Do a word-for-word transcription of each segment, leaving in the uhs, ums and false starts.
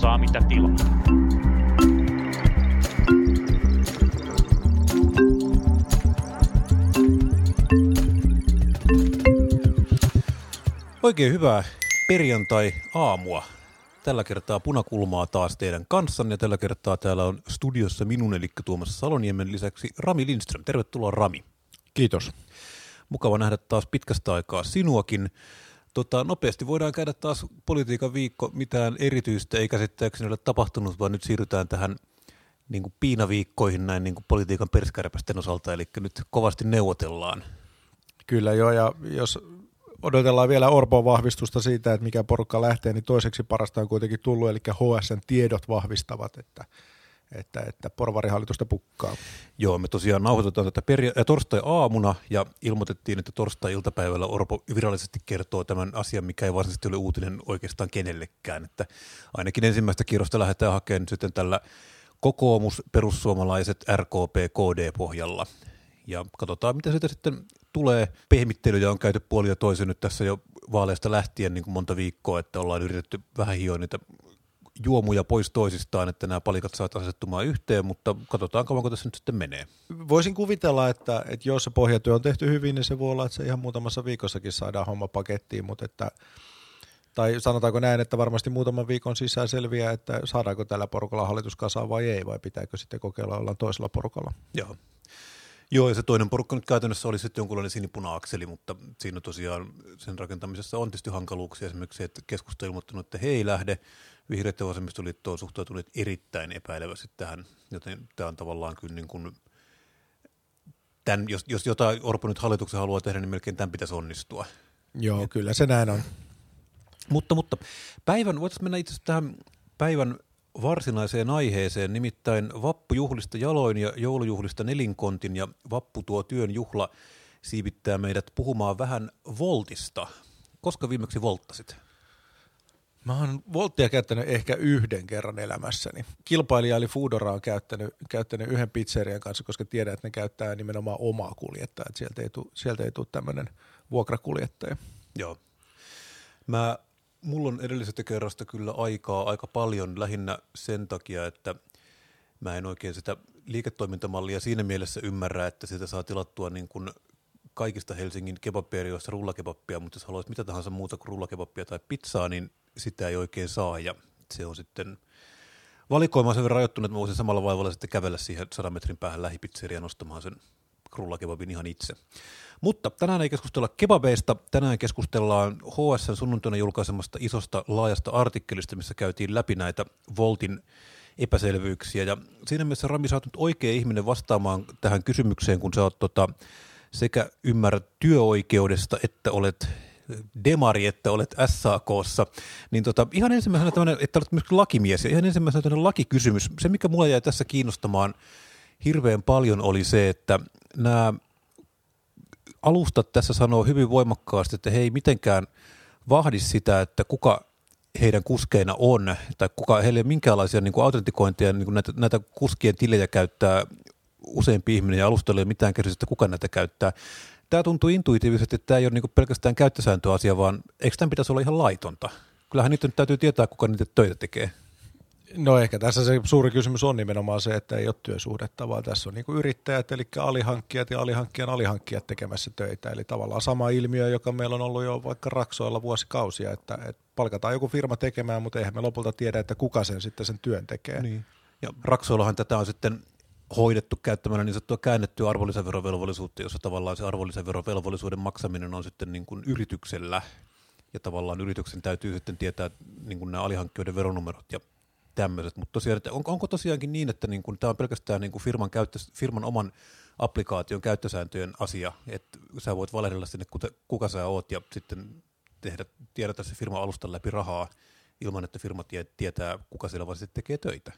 Kuulkaa mitä tilaa. Oikein hyvää perjantai-aamua. Tällä kertaa punakulmaa taas teidän kanssanne ja tällä kertaa täällä on studiossa minun eli Tuomas Saloniemen lisäksi Rami Lindström. Tervetuloa Rami. Kiitos. Mukava nähdä taas pitkästä aikaa sinuakin. Tota, nopeasti voidaan käydä taas politiikan viikko, mitään erityistä ei käsittääkseni ole tapahtunut, vaan nyt siirrytään tähän niin kuin piinaviikkoihin näin niin kuin politiikan perskärpästen osalta, eli nyt kovasti neuvotellaan. Kyllä joo, ja jos odotellaan vielä Orpon vahvistusta siitä, että mikä porukka lähtee, niin toiseksi parasta on kuitenkin tullut, eli H S:n tiedot vahvistavat, että, että, että porvarihallitusta pukkaa. Joo, me tosiaan nauhoitetaan tätä peria- torstai-aamuna ja ilmoitettiin, että torstai-iltapäivällä Orpo virallisesti kertoo tämän asian, mikä ei varsinaisesti ole uutinen oikeastaan kenellekään, että ainakin ensimmäistä kierrosta lähdetään hakemaan sitten tällä kokoomus, perussuomalaiset, R K P, K D-pohjalla. Ja katsotaan, mitä siitä sitten tulee. Pehmittelyjä on käyty puolin ja toisin nyt tässä jo vaaleista lähtien niin kuin monta viikkoa, että ollaan yritetty vähän hioa niitä juomuja pois toisistaan, että nämä palikat saat asettumaan yhteen, mutta katsotaan kauanko tässä nyt sitten menee. Voisin kuvitella, että, että jos se pohjatyö on tehty hyvin, niin se voi olla, että se ihan muutamassa viikossakin saadaan homma pakettiin, mutta että, tai sanotaanko näin, että varmasti muutaman viikon sisään selviää, että saadaanko tällä porukalla hallitus kasaan vai ei, vai pitääkö sitten kokeilla olla toisella porukalla. Joo. Joo, ja se toinen porukka nyt käytännössä oli sitten jonkunlainen sinipuna-akseli, mutta siinä tosiaan sen rakentamisessa on tietysti hankaluuksia. Esimerkiksi se, että keskusta on ilmoittanut, että he ei lähde. Vihreät ja vasemmistoliitto on suhtautuneet erittäin epäilevästi tähän, joten tämä on tavallaan kyllä niin kuin, tämän, jos, jos jotain Orpo nyt hallituksen haluaa tehdä, niin melkein tämän pitäisi onnistua. Joo, ja kyllä se näin on. Mutta, mutta päivän, voitaisiin mennä itse asiassa tähän päivän varsinaiseen aiheeseen, nimittäin vappujuhlista jaloin ja joulujuhlista nelinkontin ja vappu tuo työn juhla siivittää meidät puhumaan vähän voltista. Koska viimeksi volttasit? Mä oon volttia käyttänyt ehkä yhden kerran elämässäni. Kilpailija eli Foodora on käyttänyt, käyttänyt yhden pizzerian kanssa, koska tiedän, että ne käyttää nimenomaan omaa kuljettajaa. Sieltä ei tule, sieltä ei tule tämmöinen vuokrakuljettaja. Joo. Mä... Mulla on edellisestä kerrasta kyllä aikaa aika paljon lähinnä sen takia, että mä en oikein sitä liiketoimintamallia siinä mielessä ymmärrä, että sitä saa tilattua niin kuin kaikista Helsingin kebabperioista rullakebappia, mutta jos haluaisi mitä tahansa muuta kuin rullakebappia tai pizzaa, niin sitä ei oikein saa ja se on sitten valikoima sen verran rajoittunut, että mä voisin samalla vaivalla sitten kävellä siihen sadan metrin päähän lähipizzeriaan nostamaan sen rullakebabin ihan itse. Mutta tänään ei keskustella kebabeista, tänään keskustellaan H S:n sunnuntaina julkaisemasta isosta laajasta artikkelista, missä käytiin läpi näitä Voltin epäselvyyksiä. Ja siinä mielessä Rami, sä oot nyt oikea ihminen vastaamaan tähän kysymykseen, kun sä oot tota, sekä ymmärrät työoikeudesta, että olet demari, että olet S A K:ssa. Niin tota, ihan ensimmäisenä tämmöinen, että olet myös lakimies, ja ihan ensimmäisenä tämmöinen lakikysymys. Se, mikä mulla jäi tässä kiinnostamaan hirveän paljon, oli se, että nämä alustat tässä sanoo hyvin voimakkaasti, että he ei mitenkään vahdi sitä, että kuka heidän kuskeina on, tai kuka heille ei ole minkäänlaisia niin kuin autentikointia, niin kuin näitä, näitä kuskien tilejä käyttää useampi ihminen, ja alustalla ei ole mitään käsitystä, kuka näitä käyttää. Tämä tuntuu intuitiivisesti, että tämä ei ole niin kuin pelkästään käyttösääntöasia, vaan eikö tämän pitäisi olla ihan laitonta? Kyllähän niitä nyt täytyy tietää, kuka niitä töitä tekee. No ehkä tässä se suuri kysymys on nimenomaan se, että ei ole työsuhdetta, vaan tässä on niin kuin yrittäjät, eli alihankkijat ja alihankkijan alihankkijat tekemässä töitä. Eli tavallaan sama ilmiö, joka meillä on ollut jo vaikka Raksoilla vuosikausia, että, että palkataan joku firma tekemään, mutta eihän me lopulta tiedä, että kuka sen sitten sen työn tekee. Niin. Ja Raksoillahan tätä on sitten hoidettu käyttämällä niin sanottua käännettyä arvonlisäverovelvollisuutta, jossa tavallaan se arvonlisäverovelvollisuuden maksaminen on sitten niin kuin yrityksellä, ja tavallaan yrityksen täytyy sitten tietää niin kuin nämä alihankkijoiden veronumerot ja tämmöiset, mutta tosiaan, että on, onko tosiaankin niin, että niin kun, tämä on pelkästään niin kun firman, käyttö, firman oman applikaation käyttösääntöjen asia, että sä voit valehdella sinne, kuka sä oot, ja sitten tehdä, tiedätä se firman alustan läpi rahaa ilman, että firma tie, tietää, kuka siellä vaan sitten tekee töitä?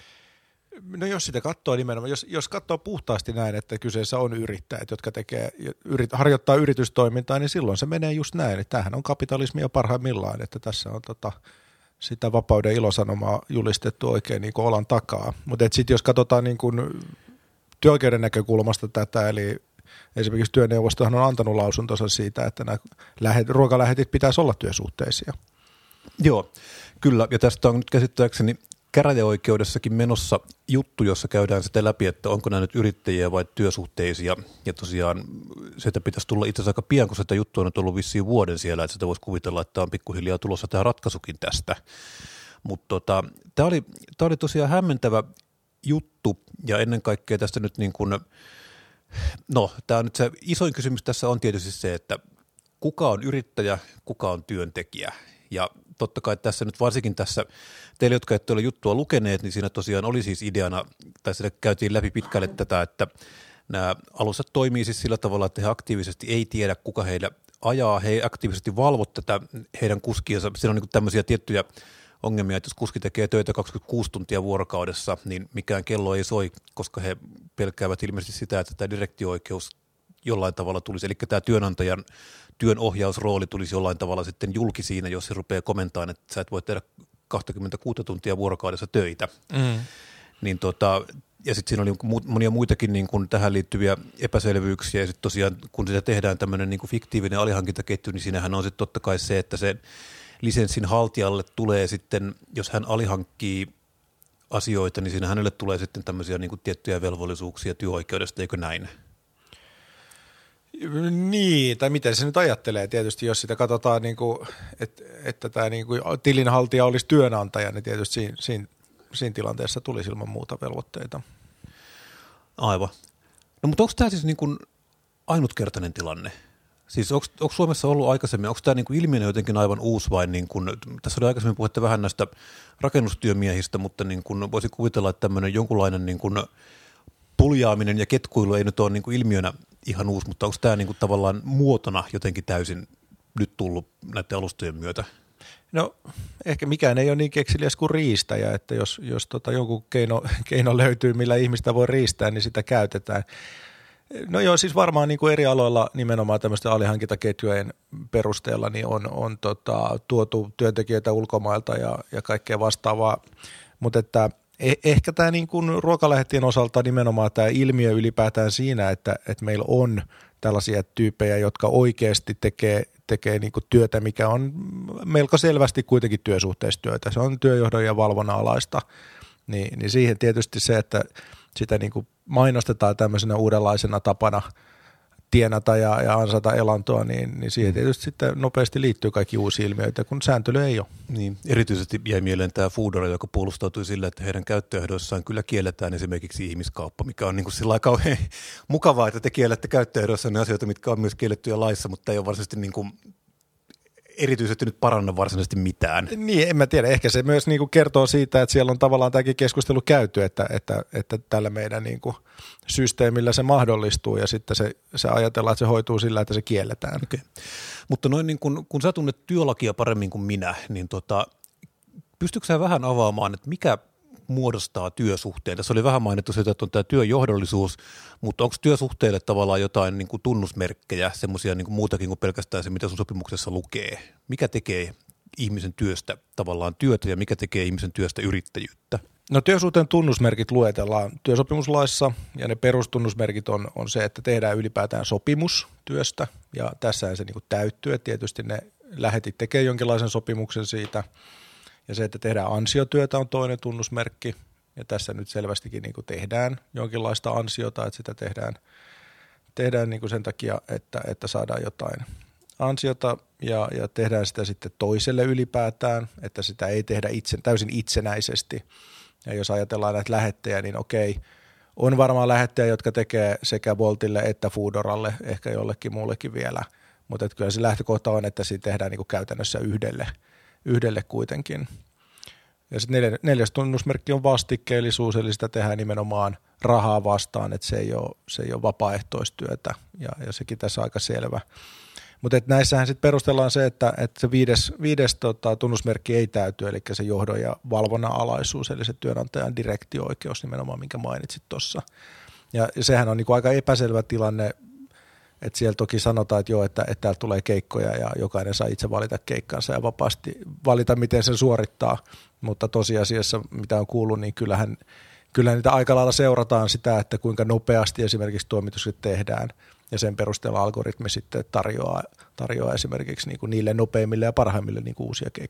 No jos sitä katsoo nimenomaan, jos, jos katsoo puhtaasti näin, että kyseessä on yrittäjät, jotka tekee, yrit, harjoittaa yritystoimintaa, niin silloin se menee just näin. Että tämähän on kapitalismia parhaimmillaan, että tässä on tota, sitä vapauden ilosanomaa julistettu oikein niin kuin olan takaa. Mutta sitten jos katsotaan niin kuin työoikeuden näkökulmasta tätä, eli esimerkiksi työneuvostohan on antanut lausuntonsa siitä, että nämä lähet, ruokalähetit pitäisi olla työsuhteisia. Joo, kyllä. Ja tästä on nyt käsittääkseni käräjäoikeudessakin menossa juttu, jossa käydään sitä läpi, että onko nämä nyt yrittäjiä vai työsuhteisia. Ja tosiaan sitä pitäisi tulla itse asiassa aika pian, kun sitä juttu on nyt ollut vissiin vuoden siellä, että sitä voisi kuvitella, että on pikkuhiljaa tulossa tämä ratkaisukin tästä. Mutta tota, tämä oli, tämä oli tosiaan hämmentävä juttu ja ennen kaikkea tästä nyt niin kuin, no tämä on nyt se isoin kysymys tässä on tietysti se, että kuka on yrittäjä, kuka on työntekijä ja totta kai tässä nyt varsinkin tässä, teille jotka ette ole juttua lukeneet, niin siinä tosiaan oli siis ideana, tai siinä käytiin läpi pitkälle tätä, että nämä alustat toimii siis sillä tavalla, että he aktiivisesti ei tiedä, kuka heillä ajaa, he ei aktiivisesti valvo tätä heidän kuskiensa, siinä on niin kuin tämmöisiä tiettyjä ongelmia, että jos kuski tekee töitä kaksikymmentäkuusi tuntia vuorokaudessa, niin mikään kello ei soi, koska he pelkäävät ilmeisesti sitä, että tämä direktio-oikeus jollain tavalla tulisi, eli tämä työnantajan työnohjausrooli tulisi jollain tavalla sitten julki siinä, jos se rupeaa komentamaan, että sä et voi tehdä kaksikymmentäkuusi tuntia vuorokaudessa töitä. Mm. Niin tota, ja sitten siinä oli monia muitakin niin kuin tähän liittyviä epäselvyyksiä, ja sitten tosiaan kun sitä tehdään tämmöinen niin kuin fiktiivinen alihankintaketju, niin siinähän on sitten totta kai se, että se lisenssin haltijalle tulee sitten, jos hän alihankkii asioita, niin siinä hänelle tulee sitten tämmöisiä niin kuin tiettyjä velvollisuuksia työoikeudesta, eikö näin? Niin, tai miten se nyt ajattelee tietysti, jos sitä katsotaan, niin kuin, että, että tämä niin kuin tilinhaltija olisi työnantaja, niin tietysti siinä, siinä, siinä tilanteessa tulisi ilman muuta velvoitteita. Aivan. No mutta onko tämä siis niin kuin ainutkertainen tilanne? Siis onko, onko Suomessa ollut aikaisemmin, onko tämä niin kuin ilmiönä jotenkin aivan uusi vai niin kuin, tässä oli aikaisemmin puhetta vähän näistä rakennustyömiehistä, mutta niin kuin voisi kuvitella, että tämmöinen jonkunlainen niin kuin puljaaminen ja ketkuilu ei nyt ole niin kuin ilmiönä ihan uusi, mutta onko tämä niin kuin tavallaan muotona jotenkin täysin nyt tullut näiden alustojen myötä? No ehkä mikään ei ole niin kekseliäs kuin riistäjä, että jos, jos tota jonkun keino, keino löytyy, millä ihmistä voi riistää, niin sitä käytetään. No joo, siis varmaan niin kuin eri aloilla nimenomaan tämmöisten alihankintaketjujen perusteella niin on, on tota, tuotu työntekijöitä ulkomailta ja, ja kaikkea vastaavaa, mutta että ehkä tämä niin kuin ruokalähettien osalta nimenomaan tämä ilmiö ylipäätään siinä, että, että meillä on tällaisia tyyppejä, jotka oikeasti tekee, tekee niin kuin työtä, mikä on melko selvästi kuitenkin työsuhteistyötä. Se on työjohdon ja valvonnan alaista, niin, niin siihen tietysti se, että sitä niin kuin mainostetaan tämmöisenä uudenlaisena tapana tienata ja, ja ansata elantoa, niin, niin siihen tietysti sitten nopeasti liittyy kaikki uusia ilmiöitä, kun sääntely ei ole. Niin, erityisesti jäi mieleen tämä Foodora, joka puolustautui sillä, että heidän käyttöehdoissaan kyllä kielletään esimerkiksi ihmiskauppa, mikä on niin kuin sillä kauhean mukavaa, että te kiellätte käyttöehdoissaan asioita, mitkä on myös kiellettyjä laissa, mutta ei ole varsinaisesti niin kuin erityisesti nyt paranna varsinaisesti mitään. Niin, en mä tiedä. Ehkä se myös niin kuin kertoo siitä, että siellä on tavallaan tämäkin keskustelu käyty, että, että, että tällä meidän niin kuin systeemillä se mahdollistuu ja sitten se, se ajatellaan, että se hoituu sillä, että se kielletään. Okay. Mutta noin niin kun, kun sä tunnet työlakia paremmin kuin minä, niin tota, pystytkö sä vähän avaamaan, että mikä muodostaa työsuhteen? Tässä oli vähän mainittu siitä, että on tämä työjohdollisuus, mutta onko työsuhteille tavallaan jotain niin kuin tunnusmerkkejä, semmoisia niin kuin muutakin kuin pelkästään se, mitä sun sopimuksessa lukee? Mikä tekee ihmisen työstä tavallaan työtä ja mikä tekee ihmisen työstä yrittäjyyttä? No työsuhteen tunnusmerkit luetellaan työsopimuslaissa ja ne perustunnusmerkit on, on se, että tehdään ylipäätään sopimus työstä ja tässä se niin kuin täyttyy, että tietysti ne lähetit tekee jonkinlaisen sopimuksen siitä. Ja se, että tehdään ansiotyötä on toinen tunnusmerkki, ja tässä nyt selvästikin niin kuin tehdään jonkinlaista ansiota, että sitä tehdään, tehdään niin kuin sen takia, että, että saadaan jotain ansiota, ja, ja tehdään sitä sitten toiselle ylipäätään, että sitä ei tehdä itse, täysin itsenäisesti. Ja jos ajatellaan näitä lähettejä, niin okei, on varmaan lähettejä, jotka tekee sekä Boltille että Foodoralle, ehkä jollekin muullekin vielä, mutta että kyllä se lähtökohta on, että siitä tehdään niin kuin käytännössä yhdelle. yhdelle kuitenkin. Ja sitten neljäs tunnusmerkki on vastikkeellisuus, eli sitä tehdään nimenomaan rahaa vastaan, että se ei ole, se ei ole vapaaehtoistyötä, ja, ja sekin tässä on aika selvä. Mutta näissähän sitten perustellaan se, että, että se viides, viides tota, tunnusmerkki ei täyty, eli se johdon ja valvonnan alaisuus, eli se työnantajan direktio-oikeus nimenomaan, minkä mainitsit tuossa. Ja, ja sehän on niinku aika epäselvä tilanne, että siellä toki sanotaan, että joo, että, että täältä tulee keikkoja ja jokainen saa itse valita keikkansa ja vapaasti valita, miten sen suorittaa, mutta tosiasiassa, mitä on kuullut, niin kyllähän, kyllähän niitä aika lailla seurataan sitä, että kuinka nopeasti esimerkiksi toimitukset tehdään ja sen perusteella algoritmi sitten tarjoaa, tarjoaa esimerkiksi niin kuin niille nopeimmille ja parhaimmille niin kuin uusia keikkoja.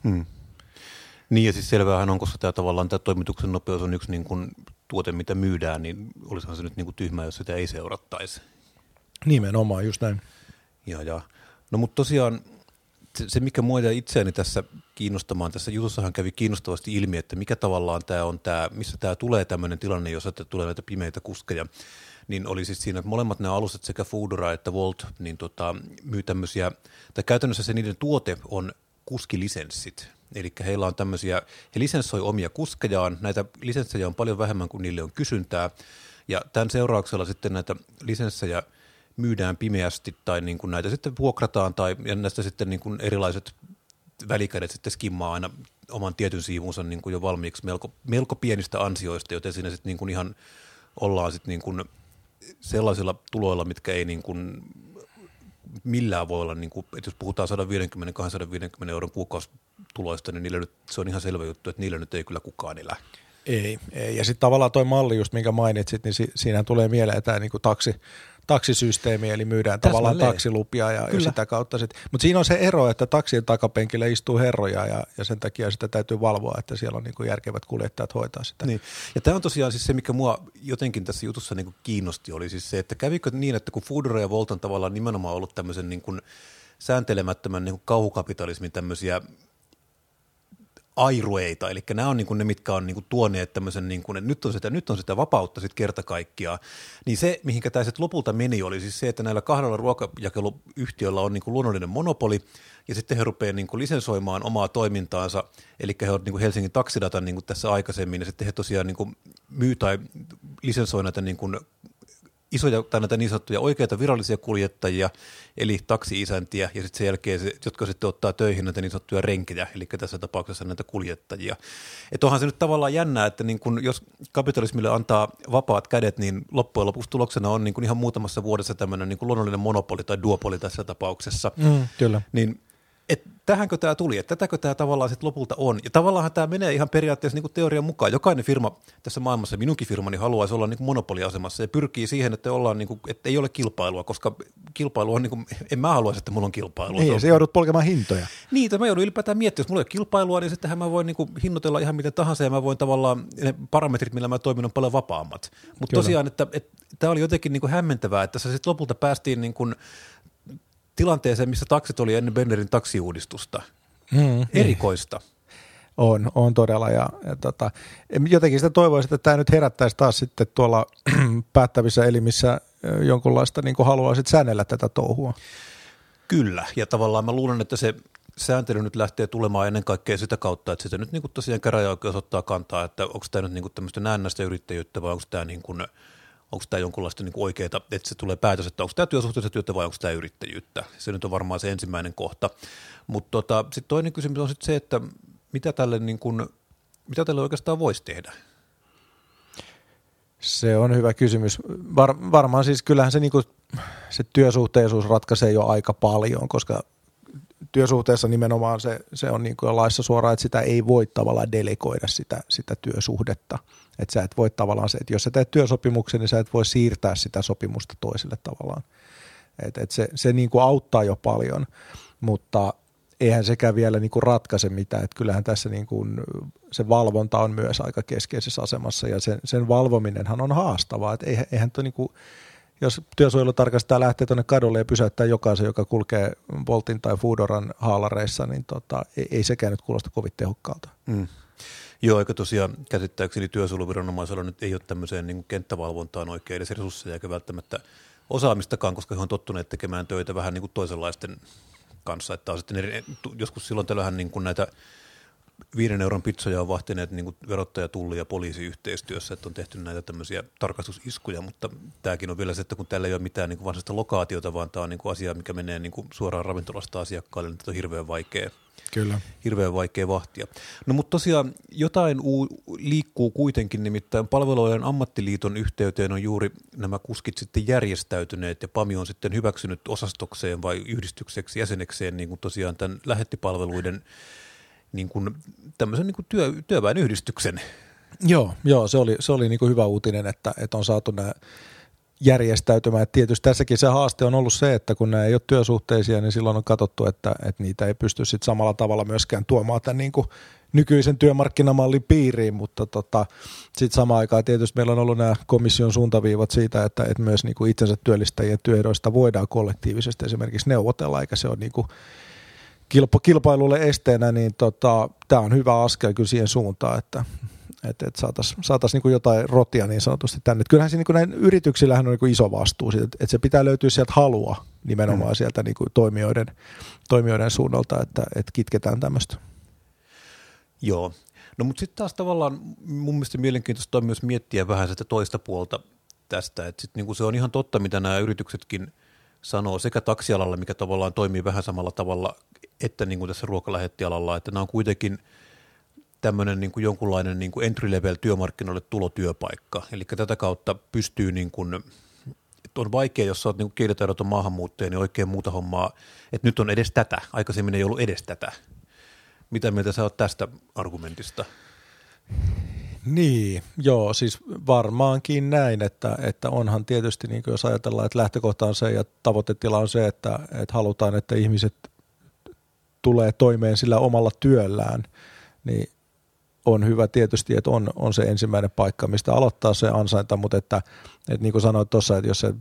Hmm. Niin ja siis selvähän on, koska tämä tavallaan tämä toimituksen nopeus on yksi niin kuin tuote, mitä myydään, niin olisihan se nyt niin kuin tyhmää, jos sitä ei seurattaisi. Nimenomaan, just näin. Ja, ja. No mutta tosiaan se, se, mikä mua jäi itseäni tässä kiinnostamaan, tässä jutussahan kävi kiinnostavasti ilmi, että mikä tavallaan tämä on tämä, missä tämä tulee tämmöinen tilanne, jos tulee näitä pimeitä kuskeja, niin oli siis siinä, että molemmat nämä alustat sekä Foodora että Wolt, niin tota, myy tämmöisiä, tai käytännössä se niiden tuote on kuskilisenssit. Eli heillä on tämmöisiä, he lisenssoi omia kuskejaan, näitä lisenssejä on paljon vähemmän kuin niille on kysyntää, ja tämän seurauksella sitten näitä lisenssejä myydään pimeästi tai niin kuin näitä sitten vuokrataan tai ja näistä sitten niin kuin erilaiset välikädet sitten skimmaa aina oman tietyn siivunsa niin kuin jo valmiiksi melko, melko pienistä ansioista, joten siinä sitten niin kuin ihan ollaan sitten niin kuin sellaisilla tuloilla, mitkä ei niin kuin millään voi olla, niin kuin, että jos puhutaan sata viisikymmentä - kaksisataaviisikymmentä euron kuukausituloista, niin niillä nyt, se on ihan selvä juttu, että niillä nyt ei kyllä kukaan elä. Ei, ei. Ja sitten tavallaan toi malli, just minkä mainitsit, niin si- siinä tulee mieleen tämä niinku taksi, taksisysteemi, eli myydään Täsmälleen. tavallaan taksilupia ja, ja sitä kautta sitten. Mutta siinä on se ero, että taksin takapenkillä istuu herroja ja, ja sen takia sitä täytyy valvoa, että siellä on niinku järkevät kuljettajat hoitaa sitä. Niin. Ja tämä on tosiaan siis se, mikä mua jotenkin tässä jutussa niinku kiinnosti, oli siis se, että kävikö niin, että kun Foodora ja Wolt on tavallaan nimenomaan ollut tämmöisen niinku sääntelemättömän niinku kauhukapitalismin tämmöisiä airueita, eli nämä on niin kuin ne, mitkä on niin kuin tuoneet tämmöisen, niin kuin, että nyt on sitä, nyt on sitä vapautta sitten kerta kaikkiaan, niin se, mihinkä tämä sitten lopulta meni, oli siis se, että näillä kahdella ruokajakeluyhtiöllä on niin kuin luonnollinen monopoli, ja sitten he rupeavat niin kuin lisensoimaan omaa toimintaansa, eli he ovat niin kuin Helsingin taksidatan niin kuin tässä aikaisemmin, ja sitten he tosiaan niin kuin myy tai lisensoi näitä niin kuin isoja tai näitä niin sanottuja oikeita virallisia kuljettajia, eli taksi-isäntiä, ja sitten sen jälkeen, se, jotka sitten ottaa töihin näitä niin sanottuja renkejä, eli tässä tapauksessa näitä kuljettajia. Että onhan se nyt tavallaan jännää, että niin kun, jos kapitalismille antaa vapaat kädet, niin loppujen lopuksi tuloksena on niin kun ihan muutamassa vuodessa tämmöinen niin kun luonnollinen monopoli tai duopoli tässä tapauksessa. Mm, kyllä. Niin, että tähänkö tämä tuli, että tätäkö tämä tavallaan sitten lopulta on. Ja tavallaan tämä menee ihan periaatteessa niin kuin teorian mukaan. Jokainen firma tässä maailmassa, minunkin firmani, haluaisi olla niin kuin monopoliasemassa ja pyrkii siihen, että, ollaan niin kuin, että ei ole kilpailua, koska kilpailu on, niin kuin, en mä haluaisi, että mulla on kilpailua. Niin, se joudut polkemaan hintoja. Niin, mä joudun ylipäätään miettimään, jos mulla ei ole kilpailua, niin sittenhän mä voin niin kuin hinnoitella ihan miten tahansa ja mä voin tavallaan, ne parametrit, millä mä toimin, on paljon vapaammat. Mutta tosiaan, että, että tämä oli jotenkin niin kuin hämmentävää, että tässä sitten lopulta päästiin niin kuin tilanteeseen, missä taksit oli ennen Bernerin taksiuudistusta. Mm, Erikoista. On, on todella. Ja, ja tota, jotenkin sitä toivoisin, että tämä nyt herättäisi taas sitten tuolla päättävissä elimissä jonkunlaista niin kuin haluaa sitten säännellä tätä touhua. Kyllä, ja tavallaan mä luulen, että se sääntely nyt lähtee tulemaan ennen kaikkea sitä kautta, että sitä nyt niin kuin tosiaan käräjäoikeus ottaa kantaa, että onko tämä nyt niin kuin tämmöistä näennäistä yrittäjyyttä vai onko tämä niin kuin onko tämä jonkunlaista niin kuin oikeaa, että se tulee päätös, että onko tämä työsuhteista työtä vai onko tämä yrittäjyyttä. Se nyt on varmaan se ensimmäinen kohta. Mutta tota, sitten toinen kysymys on sitten se, että mitä tälle, niin kuin, mitä tälle oikeastaan voisi tehdä? Se on hyvä kysymys. Var, varmaan siis kyllähän se, niin kuin, se työsuhteisuus ratkaisee jo aika paljon, koska työsuhteessa nimenomaan se, se on niin kuin laissa suoraan, että sitä ei voi tavallaan delegoida sitä, sitä työsuhdetta. Että sä et voi tavallaan se, että jos sä teet työsopimuksen, niin sä et voi siirtää sitä sopimusta toiselle tavallaan. Että et se, se niin kuin auttaa jo paljon, mutta eihän sekään vielä niin kuin ratkaise mitään. Että kyllähän tässä niin kuin se valvonta on myös aika keskeisessä asemassa ja sen, sen valvominenhan on haastavaa. Että eihän, eihän toi niin kuin, jos työsuojelutarkastaja lähtee tuonne kadulle ja pysäyttää jokaisen, joka kulkee Woltin tai Foodoran haalareissa, niin tota, ei, ei sekään nyt kuulosta kovin tehokkaalta. Mm. Joo, eikä tosiaan käsittääkseni työsuojeluviranomaisella nyt ei ole tämmöiseen niin kuin kenttävalvontaan oikein edes resursseja eikä välttämättä osaamistakaan, koska he on tottuneet tekemään töitä vähän niin kuin toisenlaisten kanssa. Että on sitten eri, joskus silloin tällöinhän niin kuin näitä viiden euron pizzoja on vahtineet niin kuin verottaja, tulli ja poliisi yhteistyössä, että on tehty näitä tämmöisiä tarkastusiskuja, mutta tämäkin on vielä se, että kun täällä ei ole mitään niin kuin varsinaista lokaatiota, vaan tämä on niin kuin asia, mikä menee niin kuin suoraan ravintolasta asiakkaalle, niin on hirveän vaikea. Kyllä. Hirveän vaikea vahtia. No mutta tosiaan jotain uu, liikkuu kuitenkin, nimittäin Palvelualojen ammattiliiton yhteyteen on juuri nämä kuskit sitten järjestäytyneet ja P A M on sitten hyväksynyt osastokseen vai yhdistykseksi jäsenekseen niin kuin tosiaan tämän lähettipalveluiden niin kuin tämmöisen niin kuin työ, työväenyhdistyksen. Joo, joo, se oli, se oli niin kuin hyvä uutinen, että, että on saatu nämä järjestäytymään. Et tietysti tässäkin se haaste on ollut se, että kun nämä ei ole työsuhteisia, niin silloin on katsottu, että, että niitä ei pysty sit samalla tavalla myöskään tuomaan tämän niin kuin nykyisen työmarkkinamallin piiriin, mutta tota, sitten samaan aikaan tietysti meillä on ollut nämä komission suuntaviivat siitä, että, että myös niin kuin itsensä työllistäjien työehdoista voidaan kollektiivisesti esimerkiksi neuvotella, eikä se ole niin kuin kilpa, kilpailulle esteenä, niin tota, tämä on hyvä askel kyllä siihen suuntaan, että että et saataisiin saatais niinku jotain rotia niin sanotusti tänne. Kyllähän se niinku näin yrityksillähän on niinku iso vastuu siitä, että et se pitää löytyä sieltä halua nimenomaan mm. sieltä niinku toimijoiden, toimijoiden suunnalta, että et kitketään tämmöistä. Joo, no mutta sitten taas tavallaan mun mielestä mielenkiintoista on myös miettiä vähän sitä toista puolta tästä, että sit niinku se on ihan totta, mitä nämä yrityksetkin sanoo sekä taksialalla, mikä tavallaan toimii vähän samalla tavalla, että niinku tässä ruokalähettialalla, että nämä on kuitenkin tämmöinen niin kuin jonkunlainen niin kuin entry-level työmarkkinoille tulotyöpaikka. Eli tätä kautta pystyy, niin kuin, että on vaikea, jos sä oot niin kuin kielitaidoton maahanmuuttaja, niin oikein muuta hommaa, että nyt on edes tätä. Aikaisemmin ei ollut edes tätä. Mitä mieltä sä oot tästä argumentista? Niin, joo, siis varmaankin näin, että, että onhan tietysti, niin kuin jos ajatellaan, että lähtökohta on se ja tavoitetila on se, että, että halutaan, että ihmiset tulee toimeen sillä omalla työllään, niin on hyvä tietysti, että on, on se ensimmäinen paikka, mistä aloittaa se ansainta, mutta että, että niin kuin sanoit tuossa, että jos se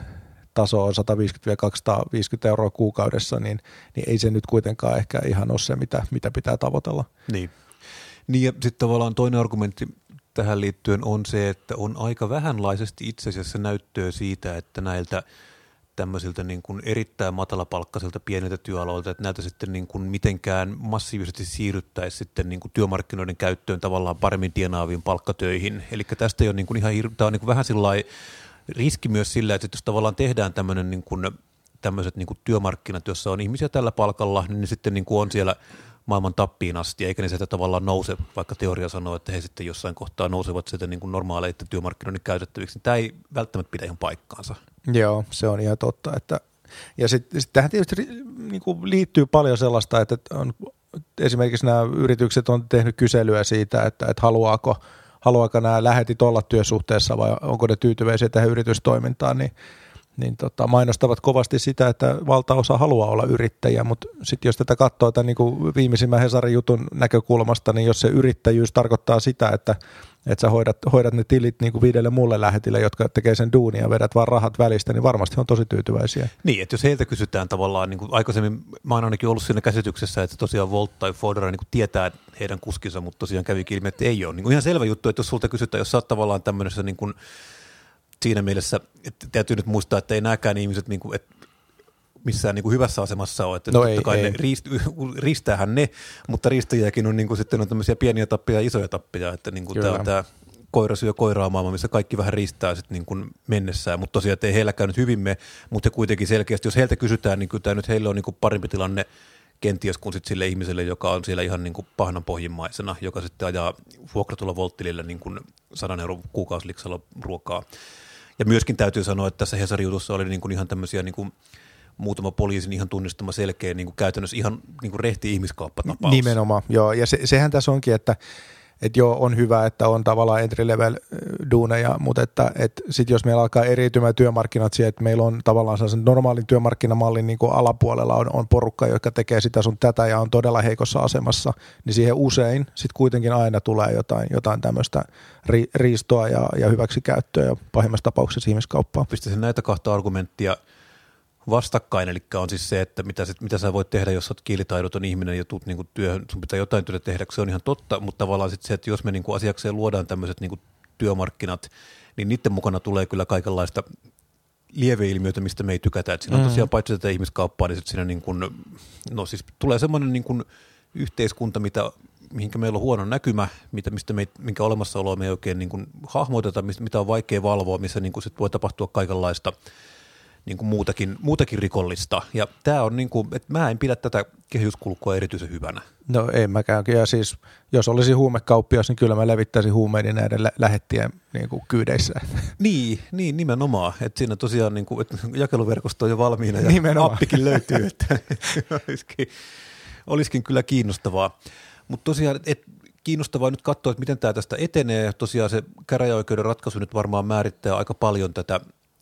taso on sata viisikymmentä kaksisataaviisikymmentä euroa kuukaudessa, niin, niin ei se nyt kuitenkaan ehkä ihan ole se, mitä, mitä pitää tavoitella. Niin, niin ja sitten tavallaan toinen argumentti tähän liittyen on se, että on aika vähänlaisesti itse asiassa näyttöä siitä, että näiltä tämmöisiltä niin kuin erittäin matalapalkkaisilta pieniltä työaloilta, että näitä sitten niin kuin mitenkään massiivisesti siirryttäisiin sitten niin kuin työmarkkinoiden käyttöön tavallaan paremmin tienaaviin palkkatöihin. Eli tästä ei ole niin kuin ihan hir- tämä on niin kuin vähän sillai riski myös sillä, että jos tavallaan tehdään tämmöinen niin kuin tämmöiset niin kuin työmarkkinat, jossa on ihmisiä tällä palkalla, niin ne sitten niin kuin on siellä maailman tappiin asti, eikä ne sieltä tavallaan nouse, vaikka teoria sanoo, että he sitten jossain kohtaa nousevat sieltä niin kuin normaaleita työmarkkinoiden käytettäviksi. Tämä ei välttämättä pidä ihan paikkaansa. Joo, se on ihan totta. Että, ja sitten sit tähän tietysti niin kuin liittyy paljon sellaista, että on, esimerkiksi nämä yritykset on tehnyt kyselyä siitä, että, että haluaako, haluaako nämä lähetit olla työsuhteessa vai onko ne tyytyväisiä tähän yritystoimintaan, niin niin tota, mainostavat kovasti sitä, että valtaosa haluaa olla yrittäjä, mutta sitten jos tätä katsoo tämän niin kuin viimeisimmän Hesarin jutun näkökulmasta, niin jos se yrittäjyys tarkoittaa sitä, että, että sä hoidat, hoidat ne tilit niin kuin viidelle muulle lähetille, jotka tekee sen duunia ja vedät vaan rahat välistä, niin varmasti on tosi tyytyväisiä. Niin, että jos heiltä kysytään tavallaan, niin kuin aikaisemmin mä oon ainakin ollut siinä käsityksessä, että tosiaan Volt tai Fodora niin kuin tietää heidän kuskinsa, mutta tosiaan kävikin ilmi, että ei ole. Niin kuin ihan selvä juttu, että jos sulta kysytään, jos sä oot tavallaan tämmöisessä niin kuin siinä mielessä, että täytyy nyt muistaa, että ei nämäkään ihmiset niin kuin, että missään niin kuin hyvässä asemassa ole, että no totta ei, kai ei. Ne riist, riistäähän ne, mutta riistäjiäkin on, niin kuin, sitten on tämmöisiä pieniä tappia ja isoja tappia, että niin kuin tämä on tämä koira syö koiraa maailma, missä kaikki vähän riistää sitten niin kuin mennessään, mutta tosiaan, että ei heilläkään nyt hyvin me, mutta kuitenkin selkeästi, jos heiltä kysytään, niin kyllä tämä nyt heille on niin kuin parempi tilanne kenties kuin sitten sille ihmiselle, joka on siellä ihan niin kuin pahnan pohjimmaisena, joka sitten ajaa vuokratulla Volttilille niin kuin sadan euron kuukausiliksalla ruokaa. Ja myöskin täytyy sanoa, että tässä Hesari-jutussa oli niin kuin ihan tämmöisiä niin kuin muutama poliisin ihan tunnistama selkeä niin kuin käytännössä ihan niin kuin rehti ihmiskauppatapaus. Nimenomaan, joo. Ja se, sehän tässä onkin, että että joo, on hyvä, että on tavallaan entry-level duuneja, mutta että et sitten jos meillä alkaa eriytymään työmarkkinat siihen, että meillä on tavallaan sellaisen normaalin työmarkkinamallin niin kuin alapuolella on, on porukka, joka tekee sitä sun tätä ja on todella heikossa asemassa, niin siihen usein sitten kuitenkin aina tulee jotain, jotain tämmöistä ri, riistoa ja, ja hyväksikäyttöä ja pahimmassa tapauksessa ihmiskauppaa. Pistäisin näitä kahta argumenttia vastakkain, eli on siis se, että mitä, mitä sä voit tehdä, jos olet kielitaidoton ihminen ja tuut niinku työhön, sun pitää jotain työtä tehdä, se on ihan totta, mutta tavallaan sitten se, että jos me niinku asiakseen luodaan tämmöiset niinku työmarkkinat, niin niiden mukana tulee kyllä kaikenlaista lieveilmiöitä, mistä me ei tykätä. Et siinä on tosiaan paitsi tätä ihmiskauppaa, niin sitten siinä niinku, no siis tulee semmoinen niinku yhteiskunta, mitä, mihinkä meillä on huono näkymä, mitä, mistä me, minkä olemassaoloa me ei oikein niinku hahmoteta, mitä on vaikea valvoa, missä niinku sit voi tapahtua kaikenlaista niin kuin muutakin, muutakin rikollista. Ja tämä on niin kuin, että mä en pidä tätä kehityskulkua erityisen hyvänä. No ei mäkään. Ja siis jos olisi huumekauppias, niin kyllä mä levittäisin huumeiden näiden lä- lähettien niin kuin kyydeissä. Niin, niin nimenomaan. Että siinä tosiaan niin kuin, että jakeluverkosto on jo valmiina ja nimenomaan. Appikin löytyy. Että olisikin, olisikin kyllä kiinnostavaa. Mutta tosiaan, että kiinnostavaa nyt katsoa, että miten tämä tästä etenee. Tosiaan se käräjäoikeuden ratkaisu nyt varmaan määrittää aika paljon tätä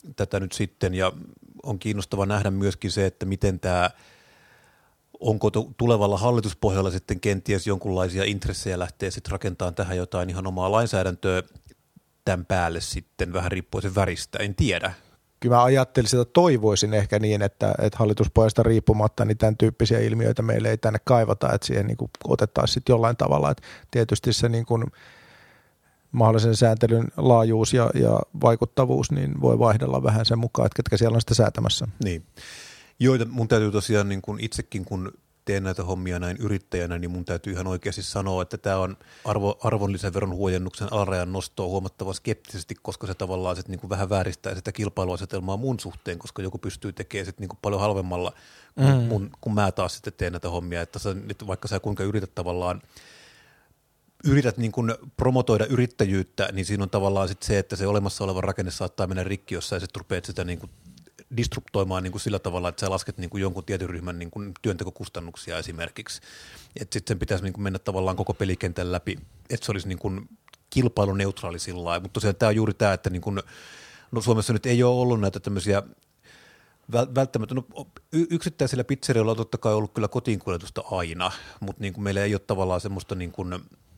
tätä nyt sitten ja on kiinnostava nähdä myöskin se, että miten tämä, onko tulevalla hallituspohjalla sitten kenties jonkunlaisia intressejä lähteä sitten rakentamaan tähän jotain ihan omaa lainsäädäntöä tämän päälle sitten, vähän riippuen sen väristä, en tiedä. Kyllä mä ajattelisin, että toivoisin ehkä niin, että, että hallituspohjasta riippumatta niin tämän tyyppisiä ilmiöitä meille ei tänne kaivata, että siihen niin kuin otettaisiin sitten jollain tavalla, että tietysti se niin kuin mahdollisen sääntelyn laajuus ja, ja vaikuttavuus niin voi vaihdella vähän sen mukaan, että ketkä siellä on sitä säätämässä. Niin. Joita mun täytyy tosiaan niin kun itsekin, kun teen näitä hommia näin yrittäjänä, niin mun täytyy ihan oikeasti sanoa, että tämä on arvo, arvonlisäveron huojennuksen alarajan nostoa huomattavan skeptisesti, koska se tavallaan sit niin kuin vähän vääristää sitä kilpailuasetelmaa mun suhteen, koska joku pystyy tekemään sit niin kuin paljon halvemmalla, kun, mm. mun, kun mä taas sitten teen näitä hommia. Että sä, että vaikka sä kuinka yrität tavallaan yrität niin kuin promotoida yrittäjyyttä, niin siinä on tavallaan sit se, että se olemassa oleva rakenne saattaa mennä rikki, jos sä sitten rupeat sitä niin kuin disruptoimaan niin kuin sillä tavalla, että sä lasket niin kuin jonkun tietyn ryhmän niin kuin työntekokustannuksia esimerkiksi. Että sitten sen pitäisi niin kuin mennä tavallaan koko pelikentän läpi, että se olisi niin kuin kilpailuneutraali sillä lailla. Mutta tosiaan tämä on juuri tämä, että niin kuin, no Suomessa nyt ei ole ollut näitä tämmöisiä välttämättä, no yksittäisillä pizzerioilla on totta kai ollut kyllä kotiinkuljetusta aina, mutta niin kuin meillä ei ole tavallaan semmoista niin kuin,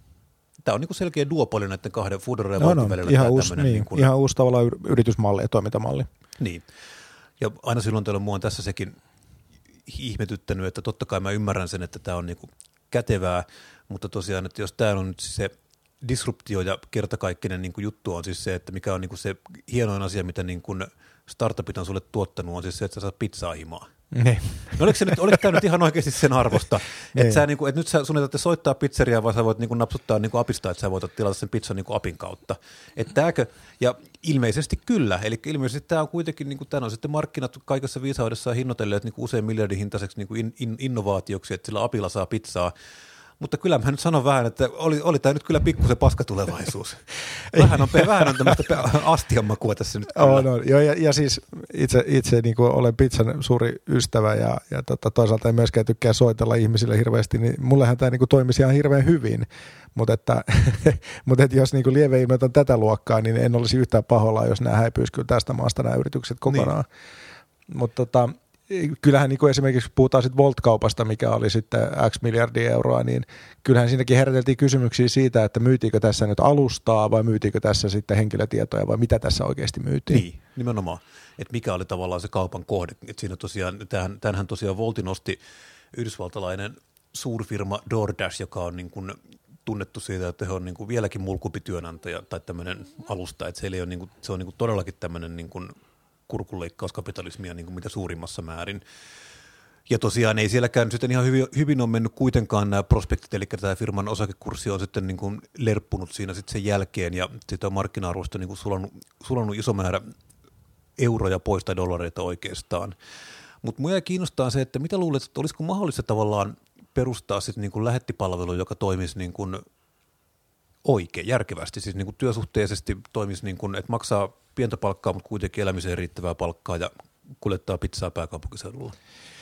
tämä on niin kuin selkeä duopoli näiden kahden Foodora ja Woltin välillä. Ihan uusi, niin, niin kuin, ihan uusi tavallaan yritysmalli ja toimintamalli. Niin, ja aina silloin teillä mua on tässä sekin ihmetyttänyt, että totta kai mä ymmärrän sen, että tämä on niin kuin kätevää, mutta tosiaan, että jos tämä on nyt se disruptio ja kertakaikkinen niin kuin juttu on siis se, että mikä on niin kuin se hienoin asia, mitä niin kuin startupit on sulle tuottanut, on siis se, että sä saat pizzaa himaa. Ne. No oliko, se nyt, oliko tämä nyt ihan oikeasti sen arvosta, että, sä, niin kuin, että nyt sä, sun ei tarvitse soittaa pizzeriaa, vaan sä voit niin kuin napsuttaa niin kuin apista, että sä voit tilata sen pizzan niin kuin apin kautta. Että tääkö, ja ilmeisesti kyllä, eli ilmeisesti tämä on kuitenkin, niin kuin, tämä on sitten markkinat kaikessa viisaudessaan hinnoitelleet niin kuin usein miljardin hintaiseksi niin kuin in, in, innovaatioksi, että sillä apilla saa pizzaa. Mutta kyllä mä nyt sanon vähän, että oli, oli tämä nyt kyllä pikkusen paskatulevaisuus. Vähän on, vähän on tämmöistä astianmakua tässä nyt. Oh, no, joo, ja, ja siis itse, itse niin kuin olen pizzan suuri ystävä ja, ja tota, toisaalta en myöskään tykkää soitella ihmisille hirveästi, niin mullehan tämä niin kuin toimisi ihan hirveän hyvin. Mutta että, mutta että jos niin lieveilmiöt on tätä luokkaa, niin en olisi yhtään pahoillaan, jos nämä häipyisi kyllä tästä maasta nämä yritykset kokonaan. Niin. Mutta tota, kyllähän niin kuin esimerkiksi puhutaan sitten Volt-kaupasta, mikä oli sitten X miljardia euroa, niin kyllähän siinäkin heräteltiin kysymyksiä siitä, että myytiinkö tässä nyt alustaa vai myytiinkö tässä sitten henkilötietoja vai mitä tässä oikeasti myytiin. Niin, nimenomaan. Että mikä oli tavallaan se kaupan kohde. Että siinä tosiaan, tämähän, tämähän tosiaan Voltin nosti yhdysvaltalainen suurfirma DoorDash, joka on niin kuin tunnettu siitä, että he on niin kuin vieläkin mulkumpi työnantaja tai tämmöinen alusta. Että se, ei ole niin kuin, se on niin kuin todellakin tämmöinen niin kuin kurkunleikkauskapitalismia niin kuin mitä suurimmassa määrin. Ja tosiaan ei sielläkään sitten ihan hyvin, hyvin on mennyt kuitenkaan nämä prospektit, eli tämä firman osakekurssi on sitten niin kuin lerppunut siinä sitten sen jälkeen, ja sitä on markkina-arvosta niin kuin sulannut, sulannut iso määrä euroja pois tai dollareita oikeastaan. Mutta minua kiinnostaa se, että mitä luulet, että olisiko mahdollista tavallaan perustaa sitten niin kuin lähettipalvelu, joka toimisi niin kuin oikein, järkevästi, siis niin kuin työsuhteisesti toimisi niin kuin, että maksaa pientä palkkaa, mutta kuitenkin elämiseen riittävää palkkaa ja kuljettaa pizzaa pääkaupunkiseudulla.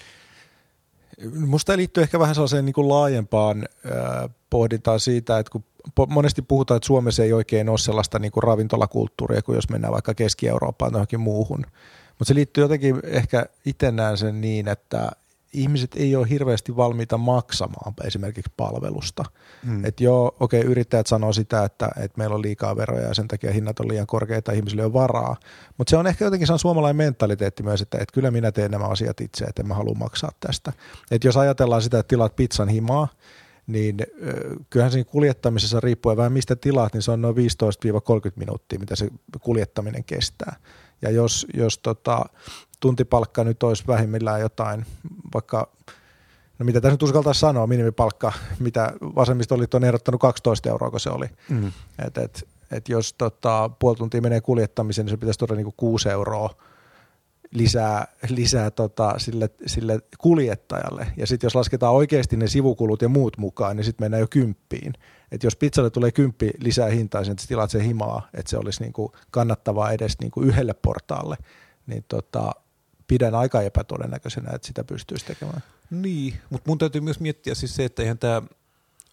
Musta liittyy ehkä vähän sellaiseen niin kuin laajempaan äh, pohdintaan siitä, että kun monesti puhutaan, että Suomessa ei oikein ole sellaista niin kuin ravintolakulttuuria, kuin jos mennään vaikka Keski-Eurooppaan tai johonkin muuhun. Mutta se liittyy jotenkin ehkä itse näen sen niin, että ihmiset ei ole hirveästi valmiita maksamaan esimerkiksi palvelusta. Hmm. Että joo, okei, okay, yrittäjät sanoo sitä, että, että meillä on liikaa veroja ja sen takia hinnat on liian korkeita, ihmisille on varaa. Mutta se on ehkä jotenkin se on suomalainen mentaliteetti myös, että, että kyllä minä teen nämä asiat itse, että en mä halua maksaa tästä. Että jos ajatellaan sitä, että tilaat pizzan himaa, niin kyllähän siinä kuljettamisessa riippuen vähän mistä tilaat, niin se on noin viisitoista kolmekymmentä minuuttia, mitä se kuljettaminen kestää. Ja jos, jos tota, tuntipalkka nyt olisi vähimmillään jotain, vaikka, no mitä tässä nyt uskaltaisi sanoa, minimipalkka, mitä vasemmistoliitto on ehdottanut kaksitoista euroa, kun se oli. Mm. Että et, et jos tota, puoli tuntia menee kuljettamiseen, niin se pitäisi tuoda niinku kuusi euroa lisää, lisää tota, sille, sille kuljettajalle. Ja sitten jos lasketaan oikeasti ne sivukulut ja muut mukaan, niin sitten mennään jo kymppiin. Että jos pizzalle tulee kymppi lisää hintaa, niin että tilaat sen himaa, että se olisi niinku kannattavaa edes niinku yhdelle portaalle, niin tota, pidän aika epätodennäköisenä, että sitä pystyisi tekemään. Niin, mutta mun täytyy myös miettiä siis se, että eihän tämä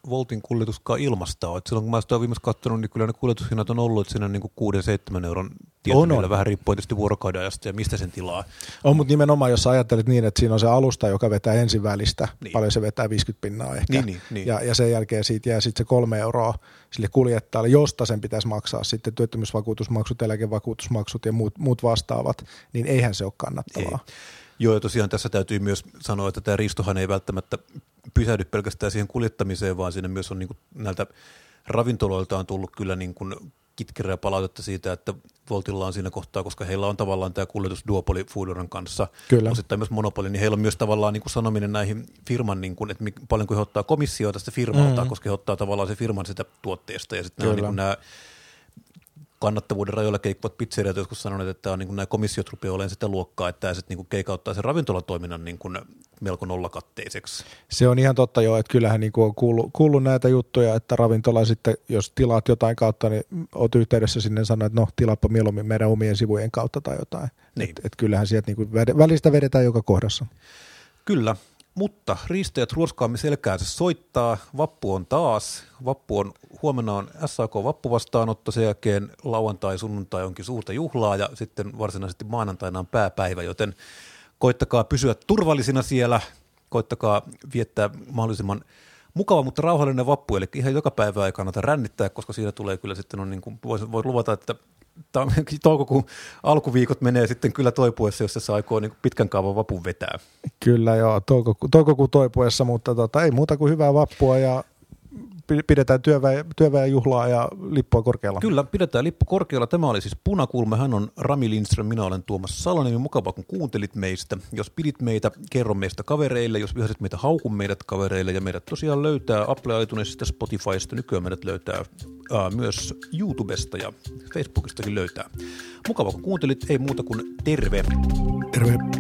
Voltin kuljetuskaan ilmasta ole. Et silloin kun mä sitä olen viimeksi katsonut, niin kyllä ne kuljetushinnat on ollut, että siinä on niin kuuden seitsemän euron tietyllä, vähän riippuen tietysti vuorokauden ajasta ja mistä sen tilaa. On, mutta nimenomaan, jos ajattelet niin, että siinä on se alusta, joka vetää ensin välistä, niin. Paljon se vetää viisikymmentä pinnaa ehkä, niin, niin, niin. Ja, ja sen jälkeen siitä jää sitten se kolme euroa sille kuljettajalle, josta sen pitäisi maksaa sitten työttömyysvakuutusmaksut, eläkevakuutusmaksut ja muut, muut vastaavat, niin eihän se ole kannattavaa. Ei. Joo, ja tosiaan tässä täytyy myös sanoa, että tämä riistohan ei välttämättä pysähdy pelkästään siihen kuljettamiseen, vaan siinä myös on niin kuin näiltä ravintoloilta on tullut kyllä niin kuin kitkerää palautetta siitä, että Voltilla on siinä kohtaa, koska heillä on tavallaan tämä kuljetusduopoli Foodoran kanssa, kyllä. Osittain myös monopoli, niin heillä on myös tavallaan niin kuin sanominen näihin firman, niin kuin, että paljonko he ottaa komissioita sitä firmalta, mm-hmm. koska he ottaa tavallaan se firman sitä tuotteesta, ja sitten nämä, niin kuin nämä kannattavuuden rajoilla keikkuvat pizzeriat joskus sanoneet, että on niin kuin nämä komissiot rupeaa olemaan sitä luokkaa, että tämä sitten niin keikauttaa sen ravintolatoiminnan niin kuin melko nollakatteiseksi. Se on ihan totta joo, että kyllähän niin kuin on kuullut, kuullut näitä juttuja, että ravintola sitten, jos tilaat jotain kautta, niin olet yhteydessä sinne ja sanoo, että no tilaappa mieluummin meidän omien sivujen kautta tai jotain. Niin. Että et kyllähän sieltä niin kuin välistä vedetään joka kohdassa. Kyllä. Mutta riistäjät ruoskaamme selkäänsä soittaa. Vappu on taas. Vappu on, huomenna on S A K-vappuvastaanotto, sen jälkeen lauantai, sunnuntai onkin suurta juhlaa ja sitten varsinaisesti maanantaina on pääpäivä, joten koittakaa pysyä turvallisina siellä, koittakaa viettää mahdollisimman mukava, mutta rauhallinen vappu, eli ihan joka päivä ei kannata rännittää, koska siinä tulee kyllä sitten, on niin kuin voi, voi luvata, että toukokuun alkuviikot menee sitten kyllä toipuessa, jos tässä aikoo niin pitkän kaavan vapun vetää. Kyllä joo, toukoku, toukokuun toipuessa, mutta tota, ei muuta kuin hyvää vappua ja pidetään työväen, työväen juhlaa ja lippua korkealla. Kyllä, pidetään lippu korkealla. Tämä oli siis Punakulma. Hän on Rami Lindström, minä olen Tuomas Saloniemi. Mukavaa, kun kuuntelit meistä. Jos pidit meitä, kerro meistä kavereille. Jos vihasit meitä, hauku meidät kavereille. Ja meidät tosiaan löytää Apple iTunesista, Spotifysta. Nykyään meidät löytää ää, myös YouTubesta ja Facebookistakin löytää. Mukavaa, kun kuuntelit. Ei muuta kuin terve. Terve.